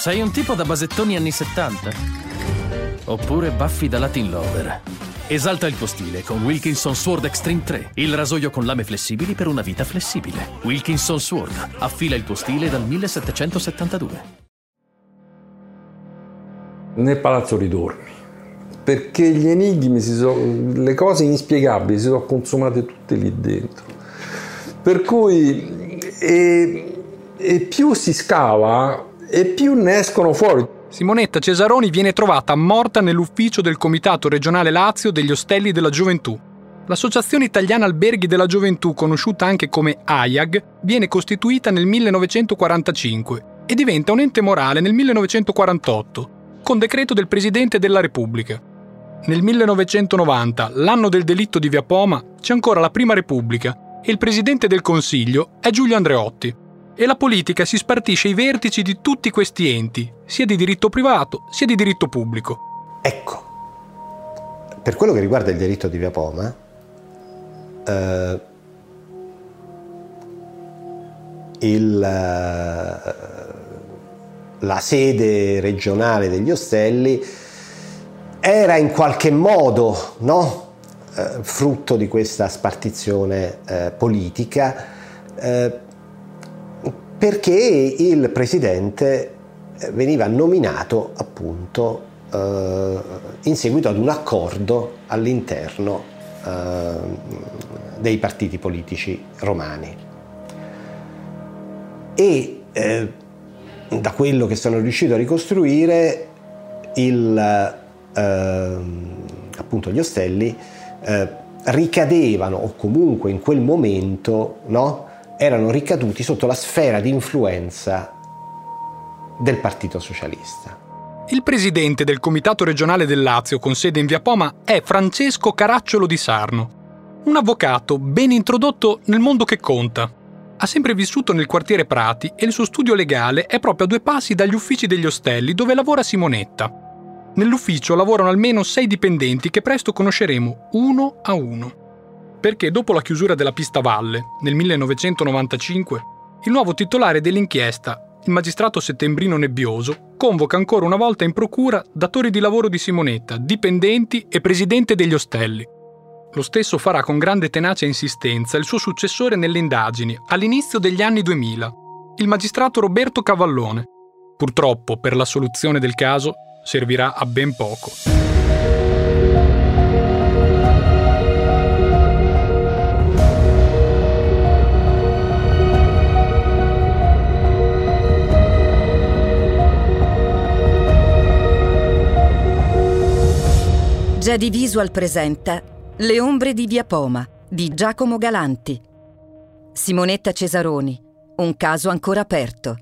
Sei un tipo da basettoni anni 70? Oppure baffi da Latin Lover? Esalta il tuo stile con Wilkinson Sword Extreme 3, il rasoio con lame flessibili per una vita flessibile. Wilkinson Sword, affila il tuo stile dal 1772. Nel palazzo ritorni, perché gli enigmi, le cose inspiegabili si sono consumate tutte lì dentro. Per cui e più si scava e più ne escono fuori. Simonetta Cesaroni viene trovata morta nell'ufficio del Comitato Regionale Lazio degli Ostelli della Gioventù. L'Associazione Italiana Alberghi della Gioventù, conosciuta anche come AIAG, viene costituita nel 1945 e diventa un ente morale nel 1948, con decreto del Presidente della Repubblica. Nel 1990, l'anno del delitto di Via Poma, c'è ancora la Prima Repubblica e il Presidente del Consiglio è Giulio Andreotti. E la politica si spartisce i vertici di tutti questi enti, sia di diritto privato sia di diritto pubblico. Ecco, per quello che riguarda il delitto di Via Poma, la sede regionale degli Ostelli era in qualche modo, no? Frutto di questa spartizione politica, perché il presidente veniva nominato appunto in seguito ad un accordo all'interno dei partiti politici romani. E da quello che sono riuscito a ricostruire, appunto gli Ostelli ricadevano, o comunque in quel momento, no, erano ricaduti sotto la sfera di influenza del Partito Socialista. Il presidente del Comitato Regionale del Lazio, con sede in Via Poma, è Francesco Caracciolo di Sarno, un avvocato ben introdotto nel mondo che conta. Ha sempre vissuto nel quartiere Prati e il suo studio legale è proprio a 2 passi dagli uffici degli Ostelli dove lavora Simonetta. Nell'ufficio lavorano almeno 6 dipendenti che presto conosceremo uno a uno. Perché dopo la chiusura della pista Valle, nel 1995, il nuovo titolare dell'inchiesta, il magistrato settembrino Nebbioso, convoca ancora una volta in procura datori di lavoro di Simonetta, dipendenti e presidente degli Ostelli. Lo stesso farà con grande tenacia e insistenza il suo successore nelle indagini all'inizio degli anni 2000, il magistrato Roberto Cavallone. Purtroppo, per la soluzione del caso, servirà a ben poco. Jedi Visual presenta Le ombre di Via Poma di Giacomo Galanti. Simonetta Cesaroni, un caso ancora aperto.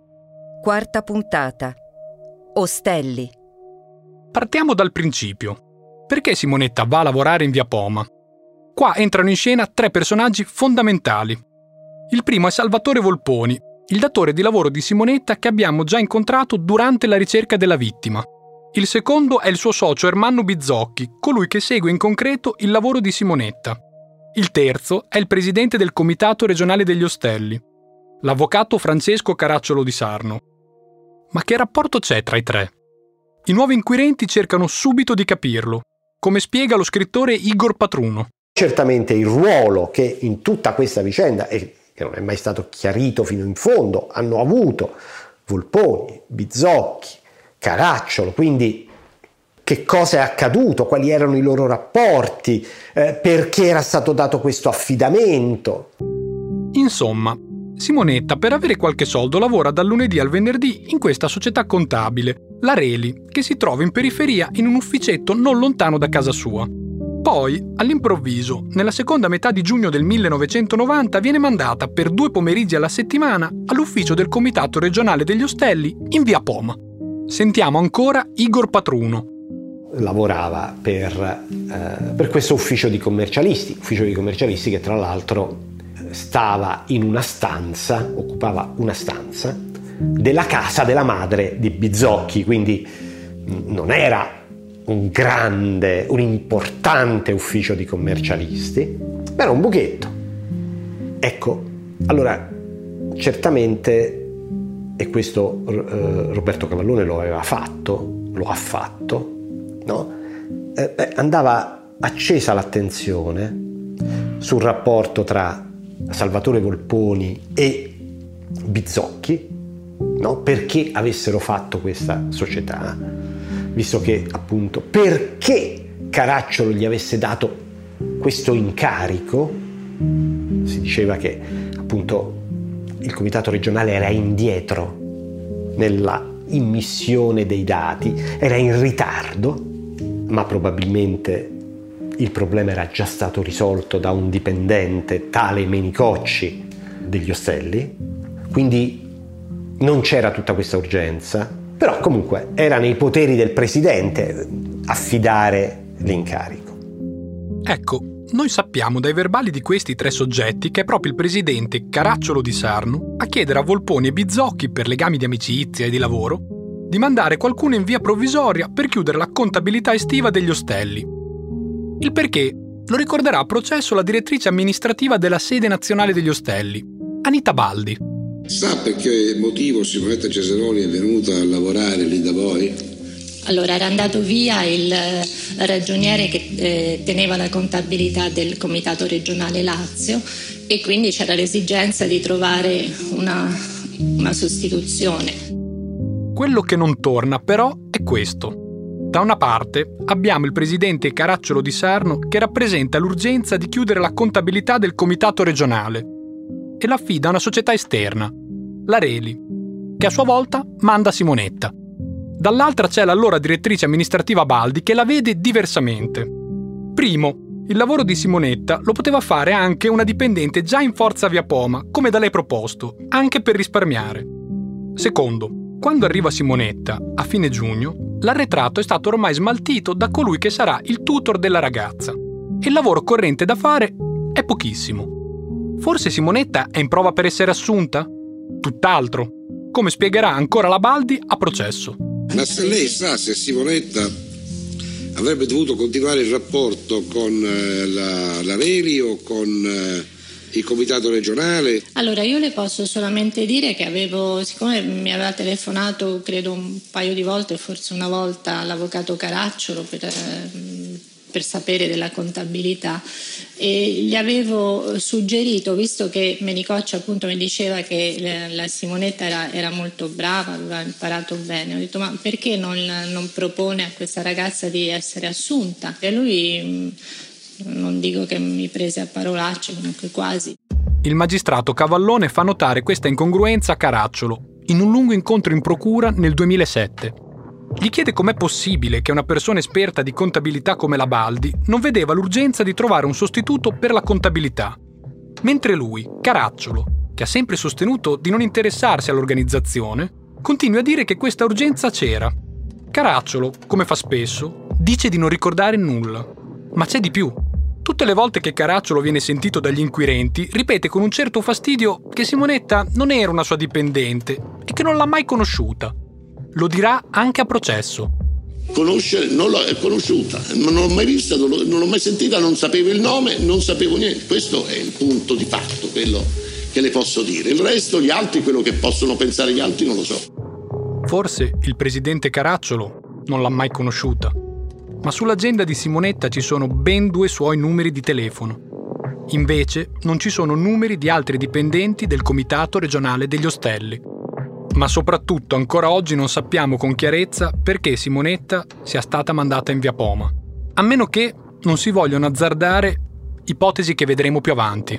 4ª puntata. Ostelli. Partiamo dal principio. Perché Simonetta va a lavorare in Via Poma? Qua entrano in scena 3 personaggi fondamentali. Il primo è Salvatore Volponi, il datore di lavoro di Simonetta che abbiamo già incontrato durante la ricerca della vittima. Il secondo è il suo socio Ermanno Bizzocchi, colui che segue in concreto il lavoro di Simonetta. Il terzo è il presidente del Comitato Regionale degli Ostelli, l'avvocato Francesco Caracciolo di Sarno. Ma che rapporto c'è tra i 3? I nuovi inquirenti cercano subito di capirlo, come spiega lo scrittore Igor Patruno. Certamente il ruolo che in tutta questa vicenda, e che non è mai stato chiarito fino in fondo, hanno avuto Volponi, Bizzocchi, Caracciolo, quindi che cosa è accaduto, quali erano i loro rapporti, perché era stato dato questo affidamento. Insomma, Simonetta per avere qualche soldo lavora dal lunedì al venerdì in questa società contabile, la Reli, che si trova in periferia in un ufficetto non lontano da casa sua. Poi, all'improvviso, nella seconda metà di giugno del 1990 viene mandata per 2 pomeriggi alla settimana all'ufficio del Comitato Regionale degli Ostelli in Via Poma. Sentiamo ancora Igor Patruno. Lavorava per questo ufficio di commercialisti che tra l'altro stava in una stanza, occupava una stanza della casa della madre di Bizzocchi, quindi non era un importante ufficio di commercialisti, ma era un buchetto. Ecco, allora certamente e questo Roberto Cavallone lo ha fatto, no? Andava accesa l'attenzione sul rapporto tra Salvatore Volponi e Bizzocchi, no? Perché avessero fatto questa società, visto che appunto perché Caracciolo gli avesse dato questo incarico. Si diceva che appunto il comitato regionale era indietro nella immissione dei dati, era in ritardo, ma probabilmente il problema era già stato risolto da un dipendente, tale Menicocci, degli Ostelli, quindi non c'era tutta questa urgenza, però comunque era nei poteri del presidente affidare l'incarico. Ecco, noi sappiamo dai verbali di questi 3 soggetti che è proprio il presidente Caracciolo di Sarno a chiedere a Volponi e Bizzocchi, per legami di amicizia e di lavoro, di mandare qualcuno in via provvisoria per chiudere la contabilità estiva degli Ostelli. Il perché lo ricorderà a processo la direttrice amministrativa della sede nazionale degli Ostelli, Anita Baldi. Sa per che motivo Simonetta Cesaroni è venuta a lavorare lì da voi? Allora, era andato via il ragioniere che teneva la contabilità del Comitato regionale Lazio e quindi c'era l'esigenza di trovare una sostituzione. Quello che non torna però è questo. Da una parte abbiamo il presidente Caracciolo di Sarno che rappresenta l'urgenza di chiudere la contabilità del comitato regionale e la affida a una società esterna, la Reli, che a sua volta manda Simonetta. Dall'altra c'è l'allora direttrice amministrativa Baldi che la vede diversamente. Primo, il lavoro di Simonetta lo poteva fare anche una dipendente già in forza a Via Poma, come da lei proposto, anche per risparmiare. Secondo, quando arriva Simonetta, a fine giugno, l'arretrato è stato ormai smaltito da colui che sarà il tutor della ragazza e il lavoro corrente da fare è pochissimo. Forse Simonetta è in prova per essere assunta? Tutt'altro, come spiegherà ancora la Baldi a processo. Ma se lei sa se Simonetta avrebbe dovuto continuare il rapporto con la Reli o con il comitato regionale? Allora, io le posso solamente dire che siccome mi aveva telefonato credo un paio di volte, forse una volta, l'avvocato Caracciolo per sapere della contabilità, e gli avevo suggerito, visto che Menicocci appunto mi diceva che la Simonetta era molto brava, aveva imparato bene, ho detto ma perché non propone a questa ragazza di essere assunta? E lui, non dico che mi prese a parolacce, comunque quasi. Il magistrato Cavallone fa notare questa incongruenza a Caracciolo in un lungo incontro in procura nel 2007. Gli chiede com'è possibile che una persona esperta di contabilità come la Baldi non vedeva l'urgenza di trovare un sostituto per la contabilità. Mentre lui, Caracciolo, che ha sempre sostenuto di non interessarsi all'organizzazione, continua a dire che questa urgenza c'era. Caracciolo, come fa spesso, dice di non ricordare nulla. Ma c'è di più. Tutte le volte che Caracciolo viene sentito dagli inquirenti, ripete con un certo fastidio che Simonetta non era una sua dipendente e che non l'ha mai conosciuta. Lo dirà anche a processo. Conoscere, non l'ho conosciuta, non l'ho mai vista, non l'ho mai sentita, non sapevo il nome, non sapevo niente. Questo è il punto di fatto, quello che le posso dire. Il resto, gli altri, quello che possono pensare gli altri, non lo so. Forse il presidente Caracciolo non l'ha mai conosciuta, ma sull'agenda di Simonetta ci sono ben 2 suoi numeri di telefono. Invece non ci sono numeri di altri dipendenti del comitato regionale degli Ostelli. Ma soprattutto ancora oggi non sappiamo con chiarezza perché Simonetta sia stata mandata in Via Poma, a meno che non si vogliono azzardare ipotesi che vedremo più avanti.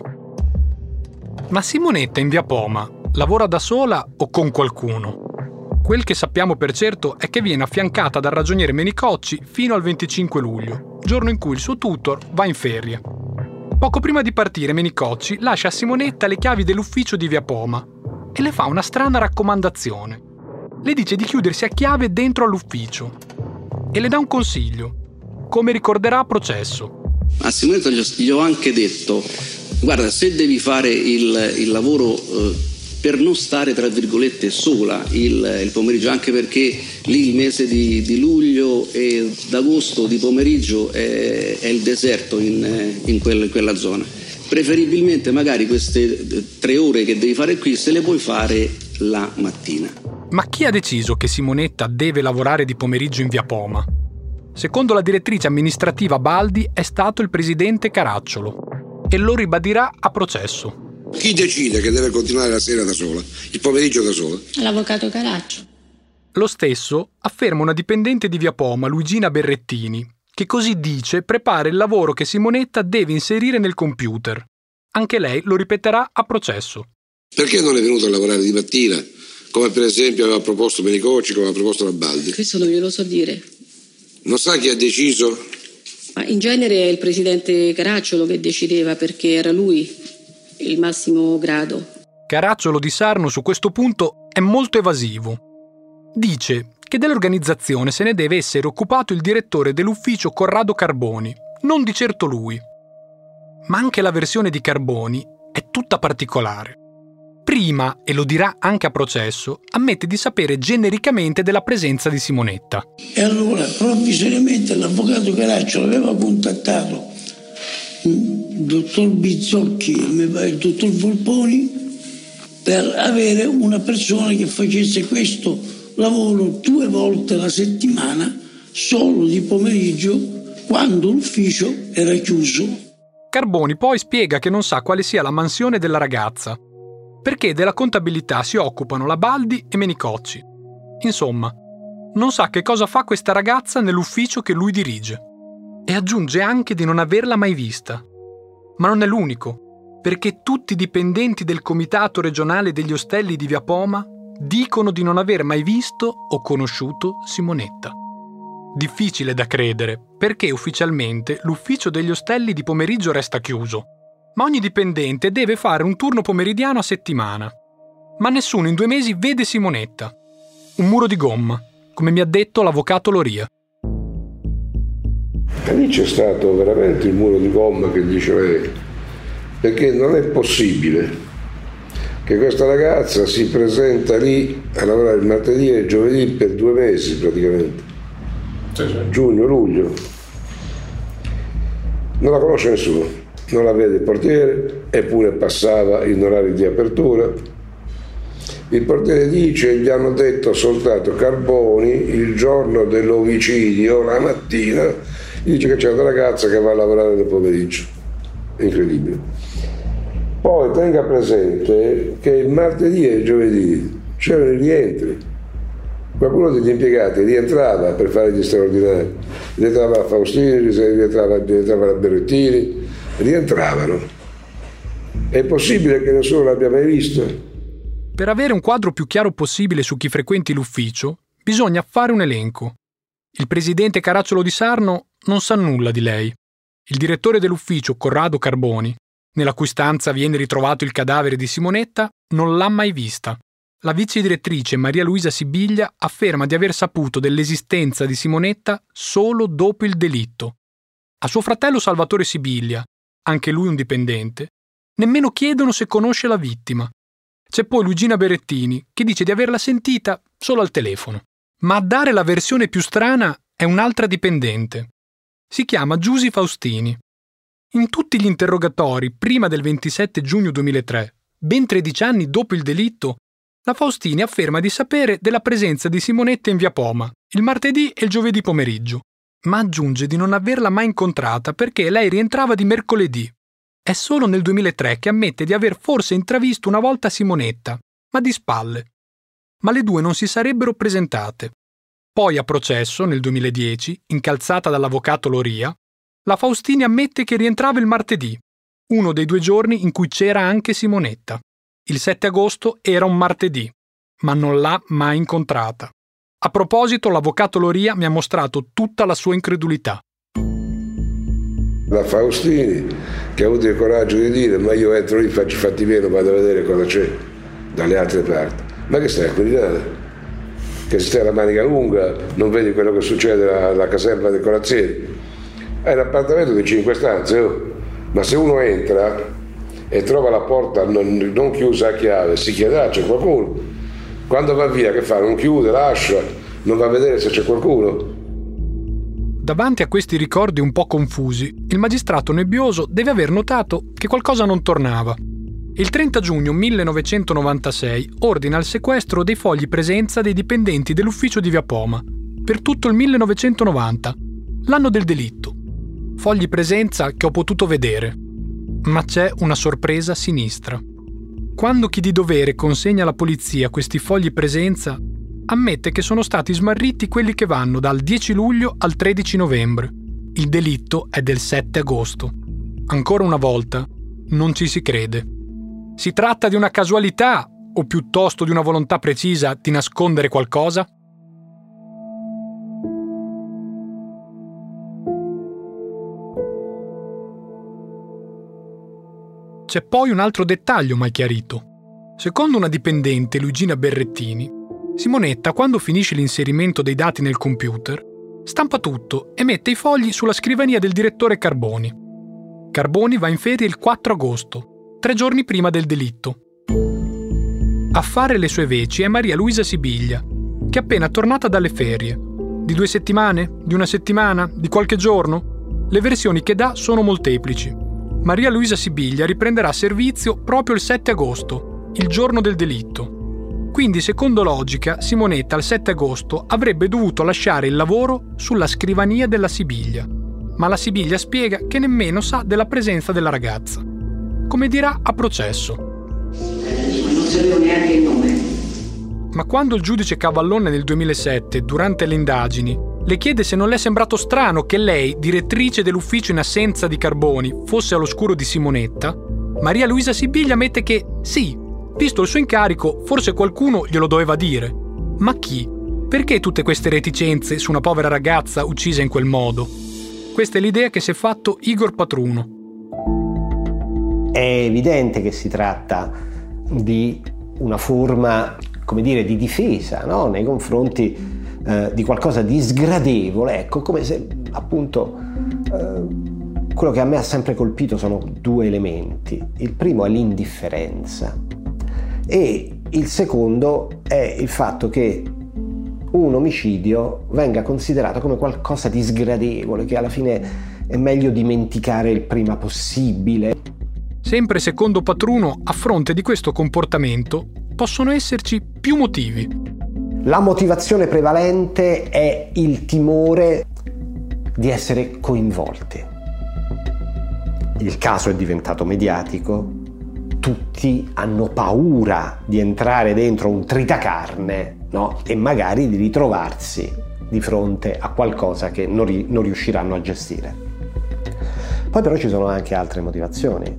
Ma Simonetta in Via Poma lavora da sola o con qualcuno? Quel che sappiamo per certo è che viene affiancata dal ragioniere Menicocci fino al 25 luglio, giorno in cui il suo tutor va in ferie. Poco prima di partire Menicocci lascia a Simonetta le chiavi dell'ufficio di Via Poma e le fa una strana raccomandazione. Le dice di chiudersi a chiave dentro all'ufficio e le dà un consiglio, come ricorderà a processo. A Simonetta gli ho anche detto: guarda, se devi fare il lavoro per non stare tra virgolette sola il pomeriggio, anche perché lì il mese di luglio e d'agosto di pomeriggio è il deserto in quella zona. Preferibilmente magari queste 3 ore che devi fare qui se le puoi fare la mattina. Ma chi ha deciso che Simonetta deve lavorare di pomeriggio in via Poma? Secondo la direttrice amministrativa Baldi è stato il presidente Caracciolo e lo ribadirà a processo. Chi decide che deve continuare la sera da sola, il pomeriggio da sola? L'avvocato Caracciolo. Lo stesso afferma una dipendente di via Poma, Luigina Berrettini, che così dice prepara il lavoro che Simonetta deve inserire nel computer. Anche lei lo ripeterà a processo. Perché non è venuto a lavorare di mattina, come per esempio aveva proposto Menicocci, come aveva proposto la Baldi? Questo non glielo so dire. Non sa chi ha deciso? Ma in genere è il presidente Caracciolo che decideva, perché era lui il massimo grado. Caracciolo di Sarno su questo punto è molto evasivo. Dice che dell'organizzazione se ne deve essere occupato il direttore dell'ufficio Corrado Carboni, non di certo lui. Ma anche la versione di Carboni è tutta particolare. Prima, e lo dirà anche a processo, ammette di sapere genericamente della presenza di Simonetta. E allora, provvisoriamente, l'avvocato Caracciolo aveva contattato il dottor Bizzocchi e il dottor Volponi per avere una persona che facesse questo lavoro 2 volte alla settimana, solo di pomeriggio, quando l'ufficio era chiuso. Carboni poi spiega che non sa quale sia la mansione della ragazza, perché della contabilità si occupano la Baldi e Menicocci. Insomma, non sa che cosa fa questa ragazza nell'ufficio che lui dirige. E aggiunge anche di non averla mai vista. Ma non è l'unico, perché tutti i dipendenti del Comitato regionale degli Ostelli di via Poma dicono di non aver mai visto o conosciuto Simonetta. Difficile da credere, perché ufficialmente l'ufficio degli Ostelli di pomeriggio resta chiuso, ma ogni dipendente deve fare un turno pomeridiano a settimana. Ma nessuno in 2 mesi vede Simonetta. Un muro di gomma, come mi ha detto l'avvocato Loria. E lì c'è stato veramente il muro di gomma che dice lei, perché non è possibile che questa ragazza si presenta lì a lavorare il martedì e il giovedì per 2 mesi praticamente, giugno, luglio, non la conosce nessuno, non la vede il portiere, eppure passava in orari di apertura. Il portiere dice, gli hanno detto soltanto Carboni il giorno dell'omicidio, la mattina, gli dice che c'è una ragazza che va a lavorare nel pomeriggio. Incredibile. Poi tenga presente che il martedì e il giovedì c'erano i rientri. Qualcuno degli impiegati rientrava per fare gli straordinari, rientrava a Faustini, rientrava a Berrettini, rientravano. È possibile che nessuno l'abbia mai visto? Per avere un quadro più chiaro possibile su chi frequenti l'ufficio, bisogna fare un elenco. Il presidente Caracciolo di Sarno non sa nulla di lei. Il direttore dell'ufficio, Corrado Carboni, nella cui stanza viene ritrovato il cadavere di Simonetta, non l'ha mai vista. La vice direttrice Maria Luisa Sibiglia afferma di aver saputo dell'esistenza di Simonetta solo dopo il delitto. A suo fratello Salvatore Sibiglia, anche lui un dipendente, nemmeno chiedono se conosce la vittima. C'è poi Luigina Berrettini, che dice di averla sentita solo al telefono. Ma a dare la versione più strana è un'altra dipendente. Si chiama Giusy Faustini. In tutti gli interrogatori prima del 27 giugno 2003, ben 13 anni dopo il delitto, la Faustini afferma di sapere della presenza di Simonetta in via Poma, il martedì e il giovedì pomeriggio, ma aggiunge di non averla mai incontrata perché lei rientrava di mercoledì. È solo nel 2003 che ammette di aver forse intravisto una volta Simonetta, ma di spalle. Ma le due non si sarebbero presentate. Poi a processo, nel 2010, incalzata dall'avvocato Loria, la Faustini ammette che rientrava il martedì, uno dei 2 giorni in cui c'era anche Simonetta. Il 7 agosto era un martedì, ma non l'ha mai incontrata. A proposito, l'avvocato Loria mi ha mostrato tutta la sua incredulità. La Faustini, che ha avuto il coraggio di dire, ma io entro lì, faccio i fatti miei, vado a vedere cosa c'è dalle altre parti. Ma che stai a Quirinale? Che stai alla manica lunga, non vedi quello che succede alla caserma dei corazzieri? È un appartamento di 5 stanze, oh. Ma se uno entra e trova la porta non chiusa a chiave, si chiede, c'è qualcuno. Quando va via, che fa? Non chiude, lascia, non va a vedere se c'è qualcuno. Davanti a questi ricordi un po' confusi, il magistrato nebbioso deve aver notato che qualcosa non tornava. Il 30 giugno 1996 ordina il sequestro dei fogli presenza dei dipendenti dell'ufficio di Via Poma per tutto il 1990, l'anno del delitto. Fogli presenza che ho potuto vedere. Ma c'è una sorpresa sinistra. Quando chi di dovere consegna alla polizia questi fogli presenza, ammette che sono stati smarriti quelli che vanno dal 10 luglio al 13 novembre. Il delitto è del 7 agosto. Ancora una volta, non ci si crede. Si tratta di una casualità o piuttosto di una volontà precisa di nascondere qualcosa? C'è poi un altro dettaglio mai chiarito. Secondo una dipendente, Luigina Berrettini, Simonetta, quando finisce l'inserimento dei dati nel computer, stampa tutto e mette i fogli sulla scrivania del direttore Carboni. Carboni va in ferie il 4 agosto, 3 giorni prima del delitto. A fare le sue veci è Maria Luisa Sibiglia, che è appena tornata dalle ferie. Di 2 settimane? Di 1 settimana? Di qualche giorno? Le versioni che dà sono molteplici. Maria Luisa Sibiglia riprenderà servizio proprio il 7 agosto, il giorno del delitto. Quindi, secondo logica, Simonetta al 7 agosto avrebbe dovuto lasciare il lavoro sulla scrivania della Sibiglia. Ma la Sibiglia spiega che nemmeno sa della presenza della ragazza. Come dirà a processo. Non sapevo neanche il nome. Ma quando il giudice Cavallone nel 2007, durante le indagini, le chiede se non le è sembrato strano che lei, direttrice dell'ufficio in assenza di Carboni, fosse all'oscuro di Simonetta, Maria Luisa Sibiglia ammette che sì, visto il suo incarico, forse qualcuno glielo doveva dire. Ma chi? Perché tutte queste reticenze su una povera ragazza uccisa in quel modo? Questa è l'idea che si è fatto Igor Patruno. È evidente che si tratta di una forma, come dire, di difesa, no? Nei confronti di qualcosa di sgradevole, ecco, come se appunto quello che a me ha sempre colpito sono 2 elementi. Il primo è l'indifferenza e il secondo è il fatto che un omicidio venga considerato come qualcosa di sgradevole, che alla fine è meglio dimenticare il prima possibile. Sempre secondo Patruno, a fronte di questo comportamento possono esserci più motivi. La motivazione prevalente è il timore di essere coinvolti. Il caso è diventato mediatico, tutti hanno paura di entrare dentro un tritacarne, no? E magari di ritrovarsi di fronte a qualcosa che non riusciranno a gestire. Poi però ci sono anche altre motivazioni.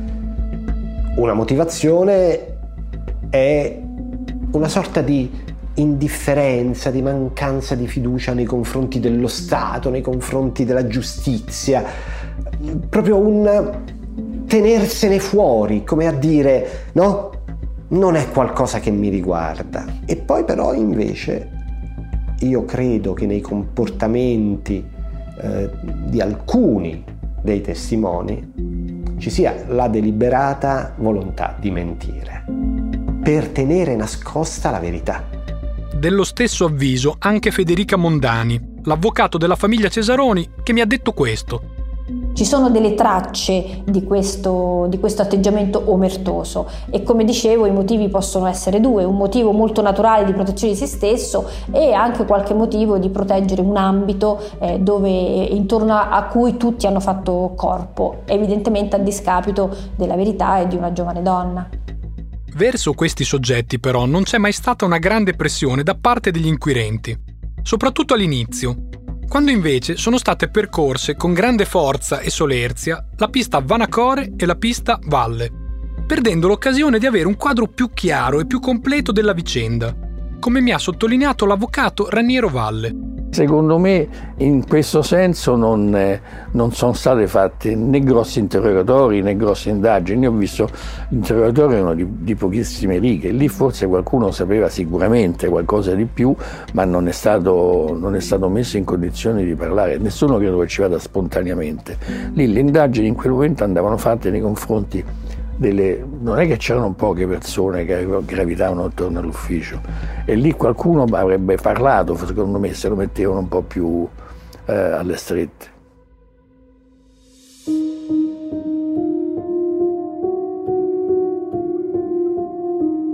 Una motivazione è una sorta di indifferenza, di mancanza di fiducia nei confronti dello Stato, nei confronti della giustizia, proprio un tenersene fuori, come a dire, no? Non è qualcosa che mi riguarda. E poi però invece io credo che nei comportamenti di alcuni dei testimoni ci sia la deliberata volontà di mentire per tenere nascosta la verità. Dello stesso avviso anche Federica Mondani, l'avvocato della famiglia Cesaroni, che mi ha detto questo. Ci sono delle tracce di questo atteggiamento omertoso e, come dicevo, i motivi possono essere 2: un motivo molto naturale di protezione di se stesso e anche qualche motivo di proteggere un ambito intorno a cui tutti hanno fatto corpo, evidentemente a discapito della verità e di una giovane donna. Verso questi soggetti però non c'è mai stata una grande pressione da parte degli inquirenti, soprattutto all'inizio, quando invece sono state percorse con grande forza e solerzia la pista Vanacore e la pista Valle, perdendo l'occasione di avere un quadro più chiaro e più completo della vicenda, come mi ha sottolineato l'avvocato Raniero Valle. Secondo me in questo senso non sono state fatte né grossi interrogatori né grosse indagini. Io ho visto interrogatori di pochissime righe, lì forse qualcuno sapeva sicuramente qualcosa di più, ma non è stato messo in condizioni di parlare. Nessuno credo che ci vada spontaneamente. Lì le indagini in quel momento andavano fatte nei confronti non è che c'erano poche persone che gravitavano attorno all'ufficio, e lì qualcuno avrebbe parlato, secondo me, se lo mettevano un po' più alle strette.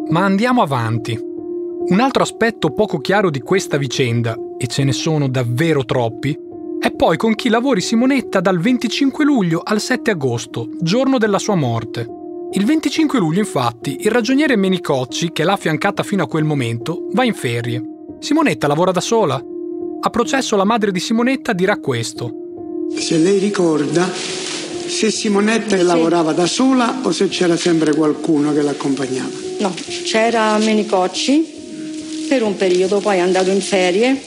Ma andiamo avanti. Un altro aspetto poco chiaro di questa vicenda, e ce ne sono davvero troppi, è poi con chi lavori Simonetta dal 25 luglio al 7 agosto, giorno della sua morte. Il 25 luglio, infatti, il ragioniere Menicocci, che l'ha affiancata fino a quel momento, va in ferie. Simonetta lavora da sola. A processo la madre di Simonetta dirà questo. Se lei ricorda, se Simonetta lavorava da sola o se c'era sempre qualcuno che l'accompagnava? No, c'era Menicocci per un periodo, poi è andato in ferie.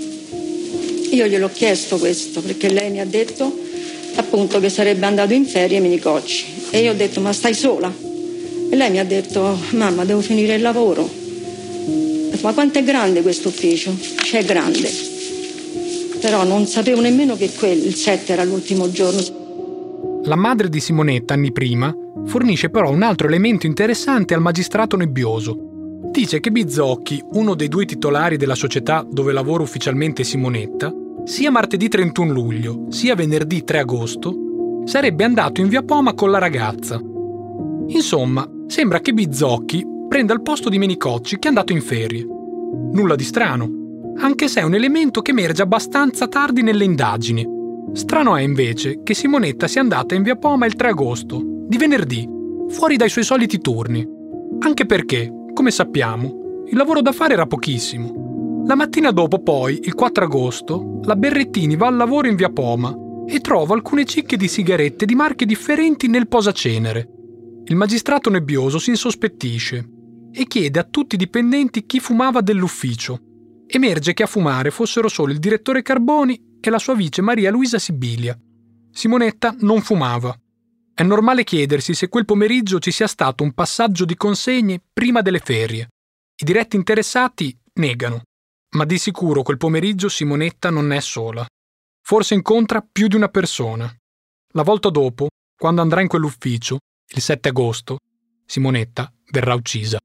Io gliel'ho chiesto questo perché lei mi ha detto appunto che sarebbe andato in ferie Menicocci. E io ho detto, ma stai sola? E lei mi ha detto, mamma, devo finire il lavoro. Ho detto, ma quanto è grande questo ufficio? C'è grande. Però non sapevo nemmeno che il 7 era l'ultimo giorno. La madre di Simonetta, anni prima, fornisce però un altro elemento interessante al magistrato Nebbioso. Dice che Bizzocchi, uno dei 2 titolari della società dove lavora ufficialmente Simonetta, sia martedì 31 luglio, sia venerdì 3 agosto, sarebbe andato in via Poma con la ragazza. Insomma, sembra che Bizzocchi prenda il posto di Menicocci che è andato in ferie. Nulla di strano, anche se è un elemento che emerge abbastanza tardi nelle indagini. Strano è invece che Simonetta sia andata in via Poma il 3 agosto, di venerdì, fuori dai suoi soliti turni. Anche perché, come sappiamo, il lavoro da fare era pochissimo. La mattina dopo poi, il 4 agosto, la Berrettini va al lavoro in via Poma e trova alcune cicche di sigarette di marche differenti nel posacenere. Il magistrato Nebbioso si insospettisce e chiede a tutti i dipendenti chi fumava dell'ufficio. Emerge che a fumare fossero solo il direttore Carboni e la sua vice Maria Luisa Sibilia. Simonetta non fumava. È normale chiedersi se quel pomeriggio ci sia stato un passaggio di consegne prima delle ferie. I diretti interessati negano, ma di sicuro quel pomeriggio Simonetta non è sola. Forse incontra più di una persona. La volta dopo, quando andrà in quell'ufficio, il 7 agosto, Simonetta verrà uccisa.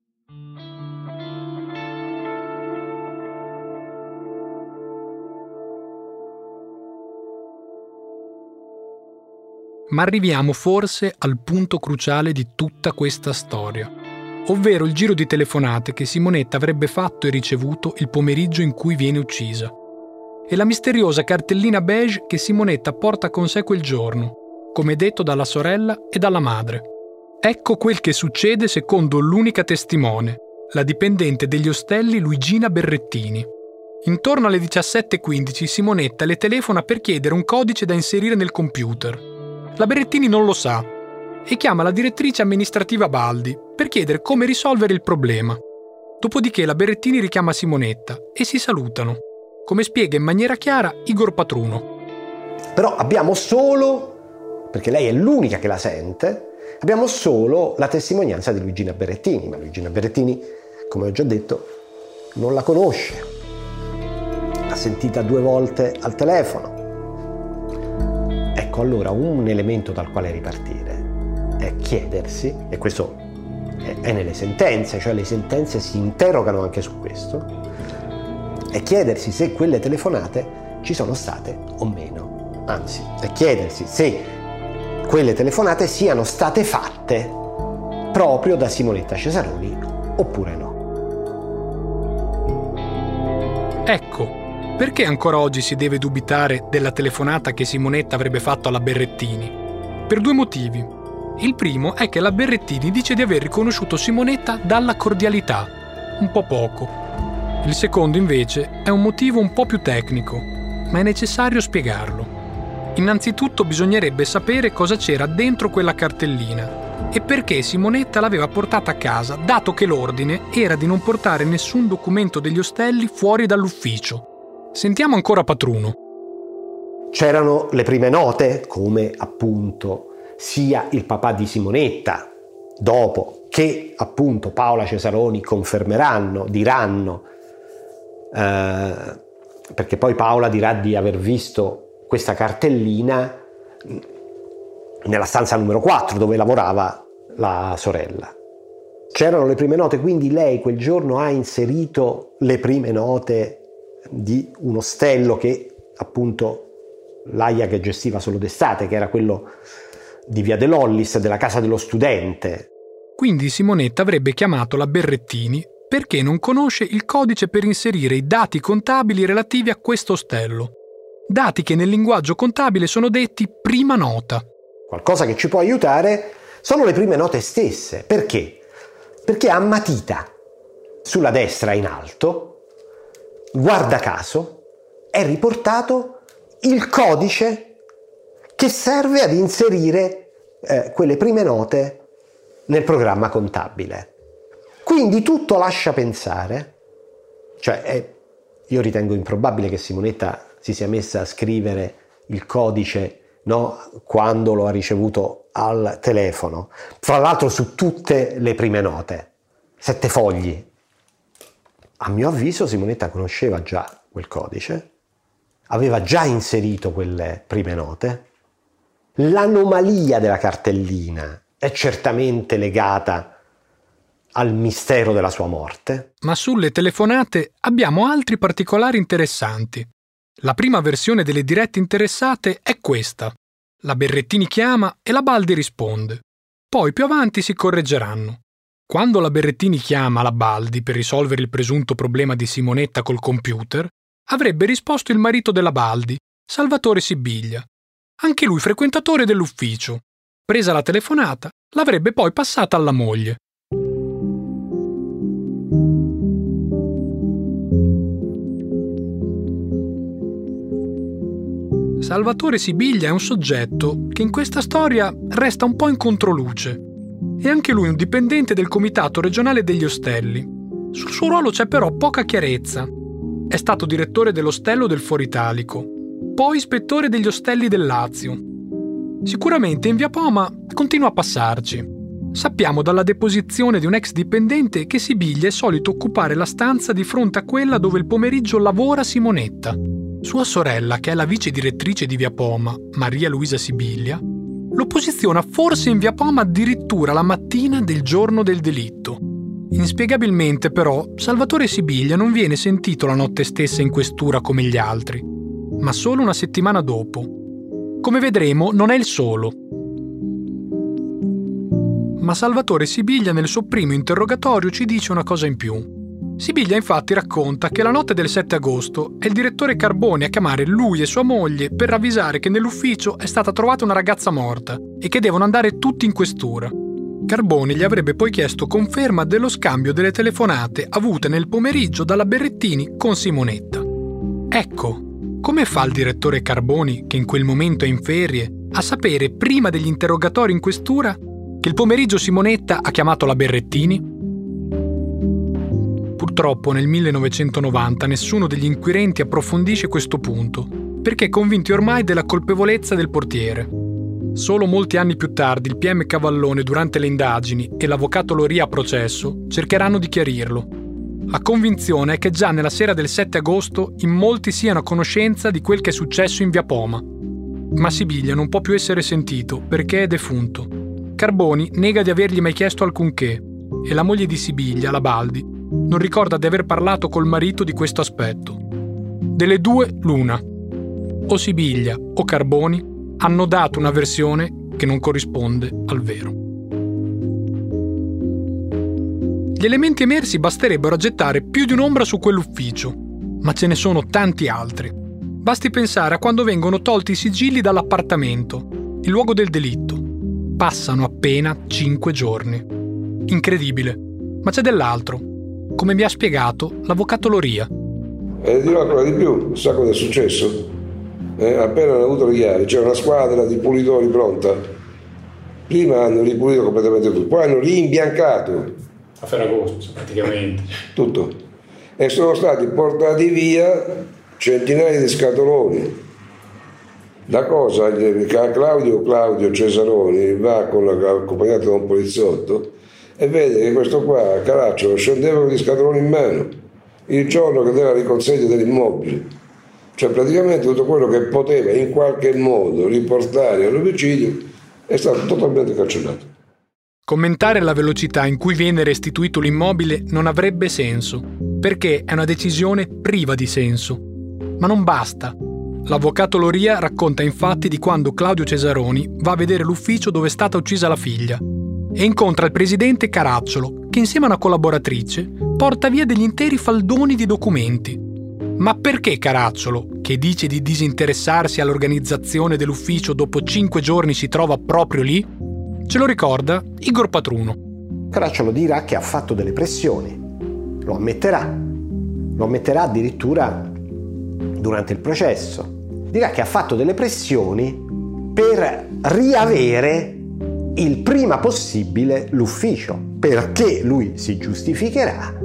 Ma arriviamo forse al punto cruciale di tutta questa storia, ovvero il giro di telefonate che Simonetta avrebbe fatto e ricevuto il pomeriggio in cui viene uccisa, e la misteriosa cartellina beige che Simonetta porta con sé quel giorno, come detto dalla sorella e dalla madre. Ecco quel che succede secondo l'unica testimone, la dipendente degli ostelli Luigina Berrettini. Intorno alle 17:15 Simonetta le telefona per chiedere un codice da inserire nel computer. La Berrettini non lo sa e chiama la direttrice amministrativa Baldi per chiedere come risolvere il problema. Dopodiché la Berrettini richiama Simonetta e si salutano, come spiega in maniera chiara Igor Patruno. Però abbiamo solo, perché lei è l'unica che la sente, abbiamo solo la testimonianza di Luigina Berrettini, ma Luigina Berrettini, come ho già detto, non la conosce. L'ha sentita 2 volte al telefono. Ecco allora un elemento dal quale ripartire è chiedersi, e questo è nelle sentenze, cioè le sentenze si interrogano anche su questo, è chiedersi se quelle telefonate ci sono state o meno. Anzi, è chiedersi se quelle telefonate siano state fatte proprio da Simonetta Cesaroni oppure no. Ecco, perché ancora oggi si deve dubitare della telefonata che Simonetta avrebbe fatto alla Berrettini? Per 2 motivi. Il primo è che la Berrettini dice di aver riconosciuto Simonetta dalla cordialità, un po' poco. Il secondo, invece, è un motivo un po' più tecnico, ma è necessario spiegarlo. Innanzitutto bisognerebbe sapere cosa c'era dentro quella cartellina e perché Simonetta l'aveva portata a casa, dato che l'ordine era di non portare nessun documento degli ostelli fuori dall'ufficio. Sentiamo ancora Patruno. C'erano le prime note, come appunto sia il papà di Simonetta, dopo che appunto Paola Cesaroni diranno, perché poi Paola dirà di aver visto questa cartellina nella stanza numero 4 dove lavorava la sorella. C'erano le prime note, quindi lei quel giorno ha inserito le prime note di un ostello che appunto l'AIA che gestiva solo d'estate, che era quello di Via De Lollis, della casa dello studente. Quindi Simonetta avrebbe chiamato la Berrettini perché non conosce il codice per inserire i dati contabili relativi a questo ostello. Dati che nel linguaggio contabile sono detti prima nota. Qualcosa che ci può aiutare sono le prime note stesse. Perché? Perché a matita sulla destra in alto, guarda caso, è riportato il codice che serve ad inserire quelle prime note nel programma contabile. Quindi tutto lascia pensare, io ritengo improbabile che Simonetta si sia messa a scrivere il codice, no, quando lo ha ricevuto al telefono, fra l'altro su tutte le prime note, 7 fogli. A mio avviso Simonetta conosceva già quel codice, aveva già inserito quelle prime note. L'anomalia della cartellina è certamente legata al mistero della sua morte. Ma sulle telefonate abbiamo altri particolari interessanti. La prima versione delle dirette interessate è questa. La Berrettini chiama e la Baldi risponde. Poi più avanti si correggeranno. Quando la Berrettini chiama la Baldi per risolvere il presunto problema di Simonetta col computer, avrebbe risposto il marito della Baldi, Salvatore Sibiglia. Anche lui frequentatore dell'ufficio. Presa la telefonata, l'avrebbe poi passata alla moglie. Salvatore Sibiglia è un soggetto che in questa storia resta un po' in controluce. È anche lui un dipendente del Comitato regionale degli Ostelli. Sul suo ruolo c'è però poca chiarezza. È stato direttore dell'Ostello del Foro Italico, poi ispettore degli Ostelli del Lazio. Sicuramente in Via Poma continua a passarci. Sappiamo dalla deposizione di un ex dipendente che Sibiglia è solito occupare la stanza di fronte a quella dove il pomeriggio lavora Simonetta. Sua sorella, che è la vice direttrice di Via Poma, Maria Luisa Sibiglia, lo posiziona forse in Via Poma addirittura la mattina del giorno del delitto. Inspiegabilmente però Salvatore Sibiglia non viene sentito la notte stessa in questura come gli altri, ma solo una settimana dopo. Come vedremo non è il solo. Ma Salvatore Sibiglia nel suo primo interrogatorio ci dice una cosa in più. Sibiglia infatti racconta che la notte del 7 agosto è il direttore Carboni a chiamare lui e sua moglie per avvisare che nell'ufficio è stata trovata una ragazza morta e che devono andare tutti in questura. Carboni gli avrebbe poi chiesto conferma dello scambio delle telefonate avute nel pomeriggio dalla Berrettini con Simonetta. Ecco, come fa il direttore Carboni, che in quel momento è in ferie, a sapere prima degli interrogatori in questura che il pomeriggio Simonetta ha chiamato la Berrettini? Purtroppo nel 1990 nessuno degli inquirenti approfondisce questo punto, perché convinti ormai della colpevolezza del portiere. Solo molti anni più tardi il PM Cavallone durante le indagini e l'avvocato Loria a processo cercheranno di chiarirlo. La convinzione è che già nella sera del 7 agosto in molti siano a conoscenza di quel che è successo in Via Poma. Ma Sibiglia non può più essere sentito perché è defunto. Carboni nega di avergli mai chiesto alcunché e la moglie di Sibiglia, la Baldi, non ricorda di aver parlato col marito di questo aspetto. Delle due, l'una. O Sibiglia o Carboni hanno dato una versione che non corrisponde al vero. Gli elementi emersi basterebbero a gettare più di un'ombra su quell'ufficio, ma ce ne sono tanti altri. Basti pensare a quando vengono tolti i sigilli dall'appartamento, il luogo del delitto. Passano appena 5 giorni. Incredibile, ma c'è dell'altro. Come mi ha spiegato l'avvocato Loria. E dirò ancora di più, sa cosa è successo? Appena hanno avuto le chiavi, c'era una squadra di pulitori pronta. Prima hanno ripulito completamente tutto, poi hanno rimbiancato. A Ferragosto, praticamente. Tutto. E sono stati portati via centinaia di scatoloni. La cosa, Claudio Cesaroni va accompagnato da un poliziotto e vede che questo qua, Caracciolo, scendeva con gli scatoloni in mano il giorno che dava la riconsegna dell'immobile. Cioè praticamente tutto quello che poteva in qualche modo riportare all'omicidio è stato totalmente cancellato. Commentare la velocità in cui viene restituito l'immobile non avrebbe senso, perché è una decisione priva di senso. Ma non basta. L'avvocato Loria racconta infatti di quando Claudio Cesaroni va a vedere l'ufficio dove è stata uccisa la figlia. e incontra il presidente Caracciolo, che insieme a una collaboratrice porta via degli interi faldoni di documenti. Ma perché Caracciolo, che dice di disinteressarsi all'organizzazione dell'ufficio, dopo 5 giorni si trova proprio lì? Ce lo ricorda Igor Patruno. Caracciolo dirà che ha fatto delle pressioni, lo ammetterà addirittura durante il processo. Dirà che ha fatto delle pressioni per riavere il prima possibile l'ufficio, perché lui si giustificherà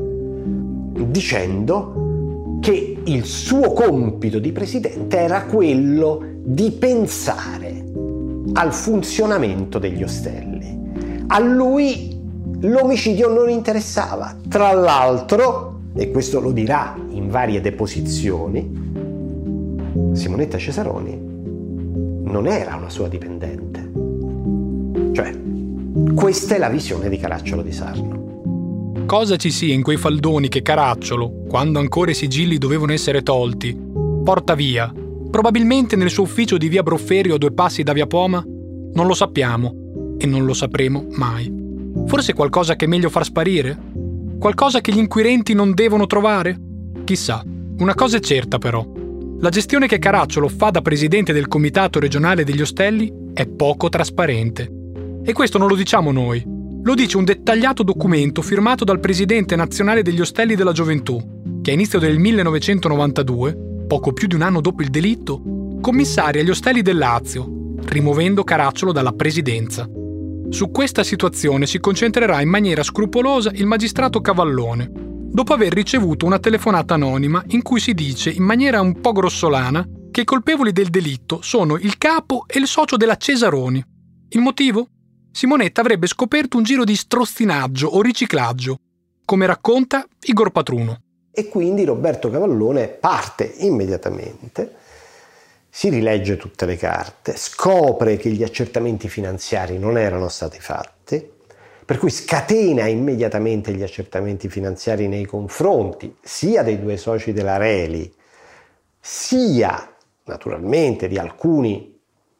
dicendo che il suo compito di presidente era quello di pensare al funzionamento degli ostelli. A lui l'omicidio non interessava. Tra l'altro, e questo lo dirà in varie deposizioni, Simonetta Cesaroni non era una sua dipendente. Cioè, questa è la visione di Caracciolo di Sarno. Cosa ci sia in quei faldoni che Caracciolo, quando ancora i sigilli dovevano essere tolti, porta via, probabilmente nel suo ufficio di via Brofferio a 2 passi da via Poma? Non lo sappiamo e non lo sapremo mai. Forse qualcosa che è meglio far sparire? Qualcosa che gli inquirenti non devono trovare? Chissà. Una cosa è certa però. La gestione che Caracciolo fa da presidente del Comitato regionale degli ostelli è poco trasparente. E questo non lo diciamo noi. Lo dice un dettagliato documento firmato dal presidente nazionale degli ostelli della gioventù, che a inizio del 1992, poco più di un anno dopo il delitto, commissaria gli ostelli del Lazio, rimuovendo Caracciolo dalla presidenza. Su questa situazione si concentrerà in maniera scrupolosa il magistrato Cavallone, dopo aver ricevuto una telefonata anonima in cui si dice in maniera un po' grossolana che i colpevoli del delitto sono il capo e il socio della Cesaroni. Il motivo? Simonetta avrebbe scoperto un giro di strozzinaggio o riciclaggio, come racconta Igor Patruno. E quindi Roberto Cavallone parte immediatamente, si rilegge tutte le carte, scopre che gli accertamenti finanziari non erano stati fatti, per cui scatena immediatamente gli accertamenti finanziari nei confronti sia dei 2 soci della Reli, sia naturalmente di alcuni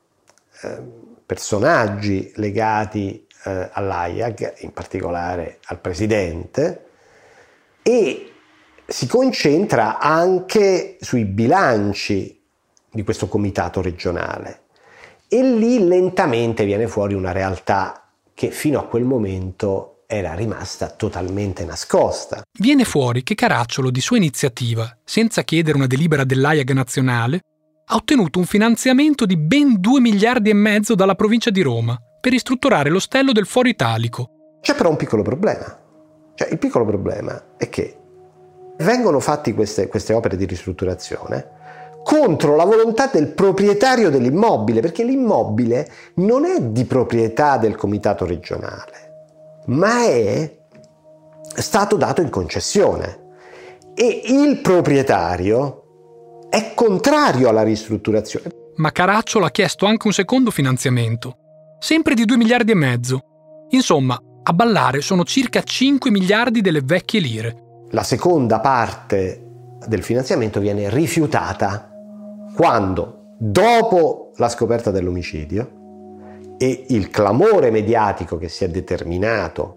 personaggi legati all'AIAG, in particolare al presidente, e si concentra anche sui bilanci di questo comitato regionale. E lì lentamente viene fuori una realtà che fino a quel momento era rimasta totalmente nascosta. Viene fuori che Caracciolo, di sua iniziativa, senza chiedere una delibera dell'AIAG nazionale, ha ottenuto un finanziamento di ben 2,5 miliardi dalla provincia di Roma per ristrutturare l'ostello del Foro Italico. C'è però un piccolo problema. Il piccolo problema è che vengono fatte queste opere di ristrutturazione contro la volontà del proprietario dell'immobile, perché l'immobile non è di proprietà del comitato regionale, ma è stato dato in concessione e il proprietario è contrario alla ristrutturazione. Ma Caracciolo ha chiesto anche un secondo finanziamento, sempre di 2,5 miliardi. Insomma, a ballare sono circa 5 miliardi delle vecchie lire. La seconda parte del finanziamento viene rifiutata quando, dopo la scoperta dell'omicidio e il clamore mediatico che si è determinato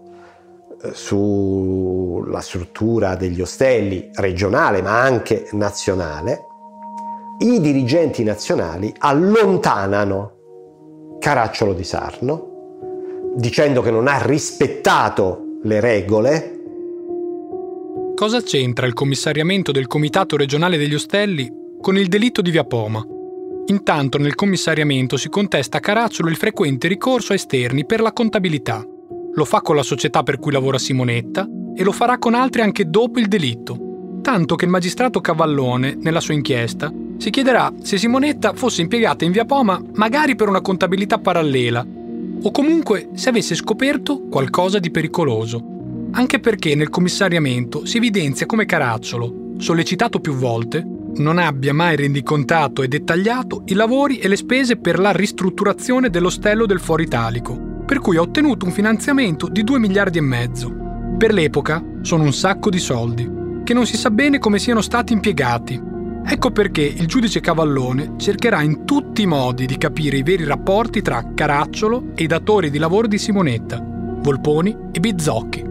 sulla struttura degli ostelli regionale ma anche nazionale, i dirigenti nazionali allontanano Caracciolo di Sarno dicendo che non ha rispettato le regole. Cosa c'entra il commissariamento del Comitato regionale degli ostelli con il delitto di via Poma? Intanto nel commissariamento si contesta a Caracciolo il frequente ricorso a esterni per la contabilità. Lo fa con la società per cui lavora Simonetta e lo farà con altri anche dopo il delitto. Tanto che il magistrato Cavallone, nella sua inchiesta, si chiederà se Simonetta fosse impiegata in via Poma magari per una contabilità parallela o comunque se avesse scoperto qualcosa di pericoloso. Anche perché nel commissariamento si evidenzia come Caracciolo, sollecitato più volte, non abbia mai rendicontato e dettagliato i lavori e le spese per la ristrutturazione dell'ostello del Foro Italico, per cui ha ottenuto un finanziamento di 2,5 miliardi. Per l'epoca sono un sacco di soldi, che non si sa bene come siano stati impiegati. Ecco perché il giudice Cavallone cercherà in tutti i modi di capire i veri rapporti tra Caracciolo e i datori di lavoro di Simonetta, Volponi e Bizzocchi.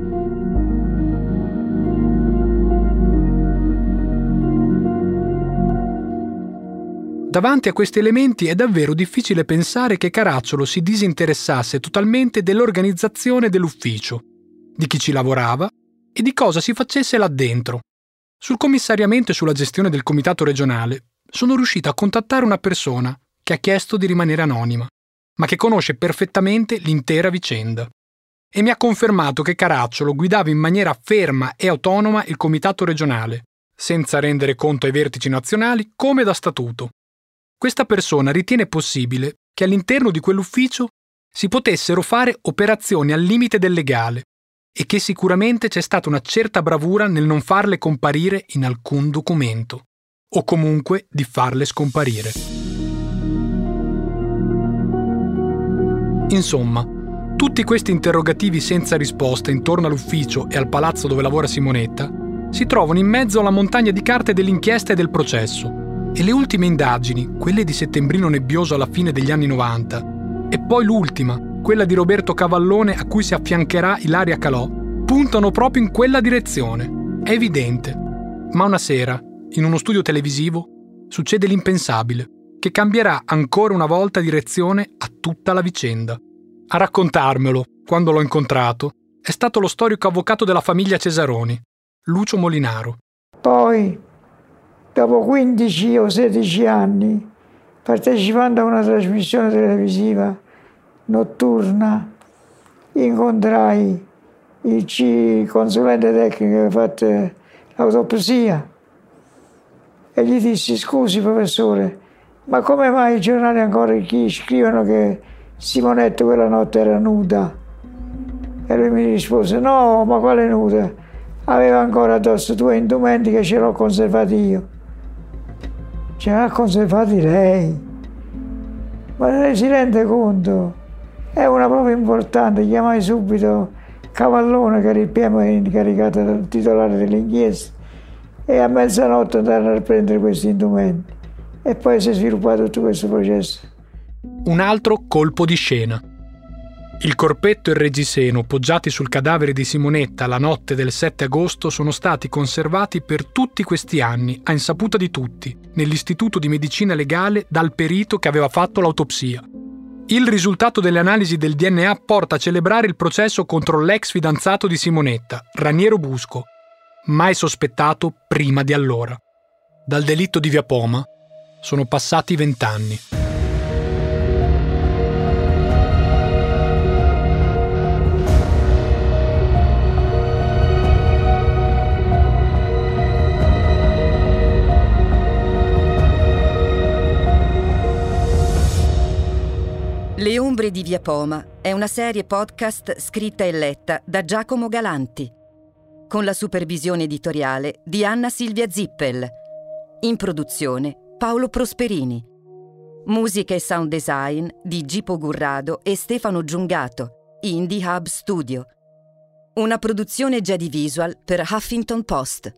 Davanti a questi elementi è davvero difficile pensare che Caracciolo si disinteressasse totalmente dell'organizzazione dell'ufficio, di chi ci lavorava e di cosa si facesse là dentro. Sul commissariamento e sulla gestione del comitato regionale sono riuscito a contattare una persona che ha chiesto di rimanere anonima, ma che conosce perfettamente l'intera vicenda. E mi ha confermato che Caracciolo guidava in maniera ferma e autonoma il comitato regionale, senza rendere conto ai vertici nazionali come da statuto. Questa persona ritiene possibile che all'interno di quell'ufficio si potessero fare operazioni al limite del legale e che sicuramente c'è stata una certa bravura nel non farle comparire in alcun documento, o comunque di farle scomparire. Insomma, tutti questi interrogativi senza risposta intorno all'ufficio e al palazzo dove lavora Simonetta si trovano in mezzo alla montagna di carte dell'inchiesta e del processo. E le ultime indagini, quelle di Settembrino Nebbioso alla fine degli anni 90, e poi l'ultima, quella di Roberto Cavallone a cui si affiancherà Ilaria Calò, puntano proprio in quella direzione. È evidente. Ma una sera, in uno studio televisivo, succede l'impensabile, che cambierà ancora una volta direzione a tutta la vicenda. A raccontarmelo, quando l'ho incontrato, è stato lo storico avvocato della famiglia Cesaroni, Lucio Molinaro. Poi, dopo 15 o 16 anni, partecipando a una trasmissione televisiva notturna, incontrai il consulente tecnico che ha fatto l'autopsia e gli dissi: scusi professore, ma come mai i giornali ancora scrivono che Simonetta quella notte era nuda? E lui mi rispose: no, ma quale nuda? Aveva ancora addosso 2 indumenti che ce l'ho conservati io. Ce l'ha conservati lei? Ma lei si rende conto? È una prova importante. Chiamai subito Cavallone, che era il PM incaricato dal titolare dell'inchiesta, e a mezzanotte andarono a prendere questi indumenti. E poi si è sviluppato tutto questo processo. Un altro colpo di scena. Il corpetto e il reggiseno poggiati sul cadavere di Simonetta la notte del 7 agosto sono stati conservati per tutti questi anni, a insaputa di tutti, nell'Istituto di Medicina Legale dal perito che aveva fatto l'autopsia. Il risultato delle analisi del DNA porta a celebrare il processo contro l'ex fidanzato di Simonetta, Raniero Busco, mai sospettato prima di allora. Dal delitto di Via Poma sono passati 20 anni. Le ombre di Via Poma è una serie podcast scritta e letta da Giacomo Galanti, con la supervisione editoriale di Anna Silvia Zippel. In produzione Paolo Prosperini. Musica e sound design di Gipo Gurrado e Stefano Giungato, Indie Hub Studio. Una produzione Jedi Visual per Huffington Post.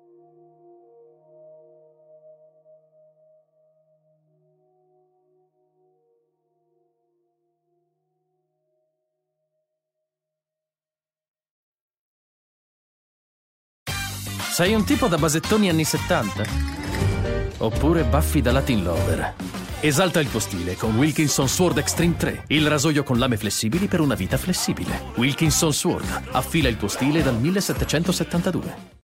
Sei un tipo da basettoni anni 70? Oppure baffi da Latin Lover? Esalta il tuo stile con Wilkinson Sword Extreme 3, il rasoio con lame flessibili per una vita flessibile. Wilkinson Sword affila il tuo stile dal 1772.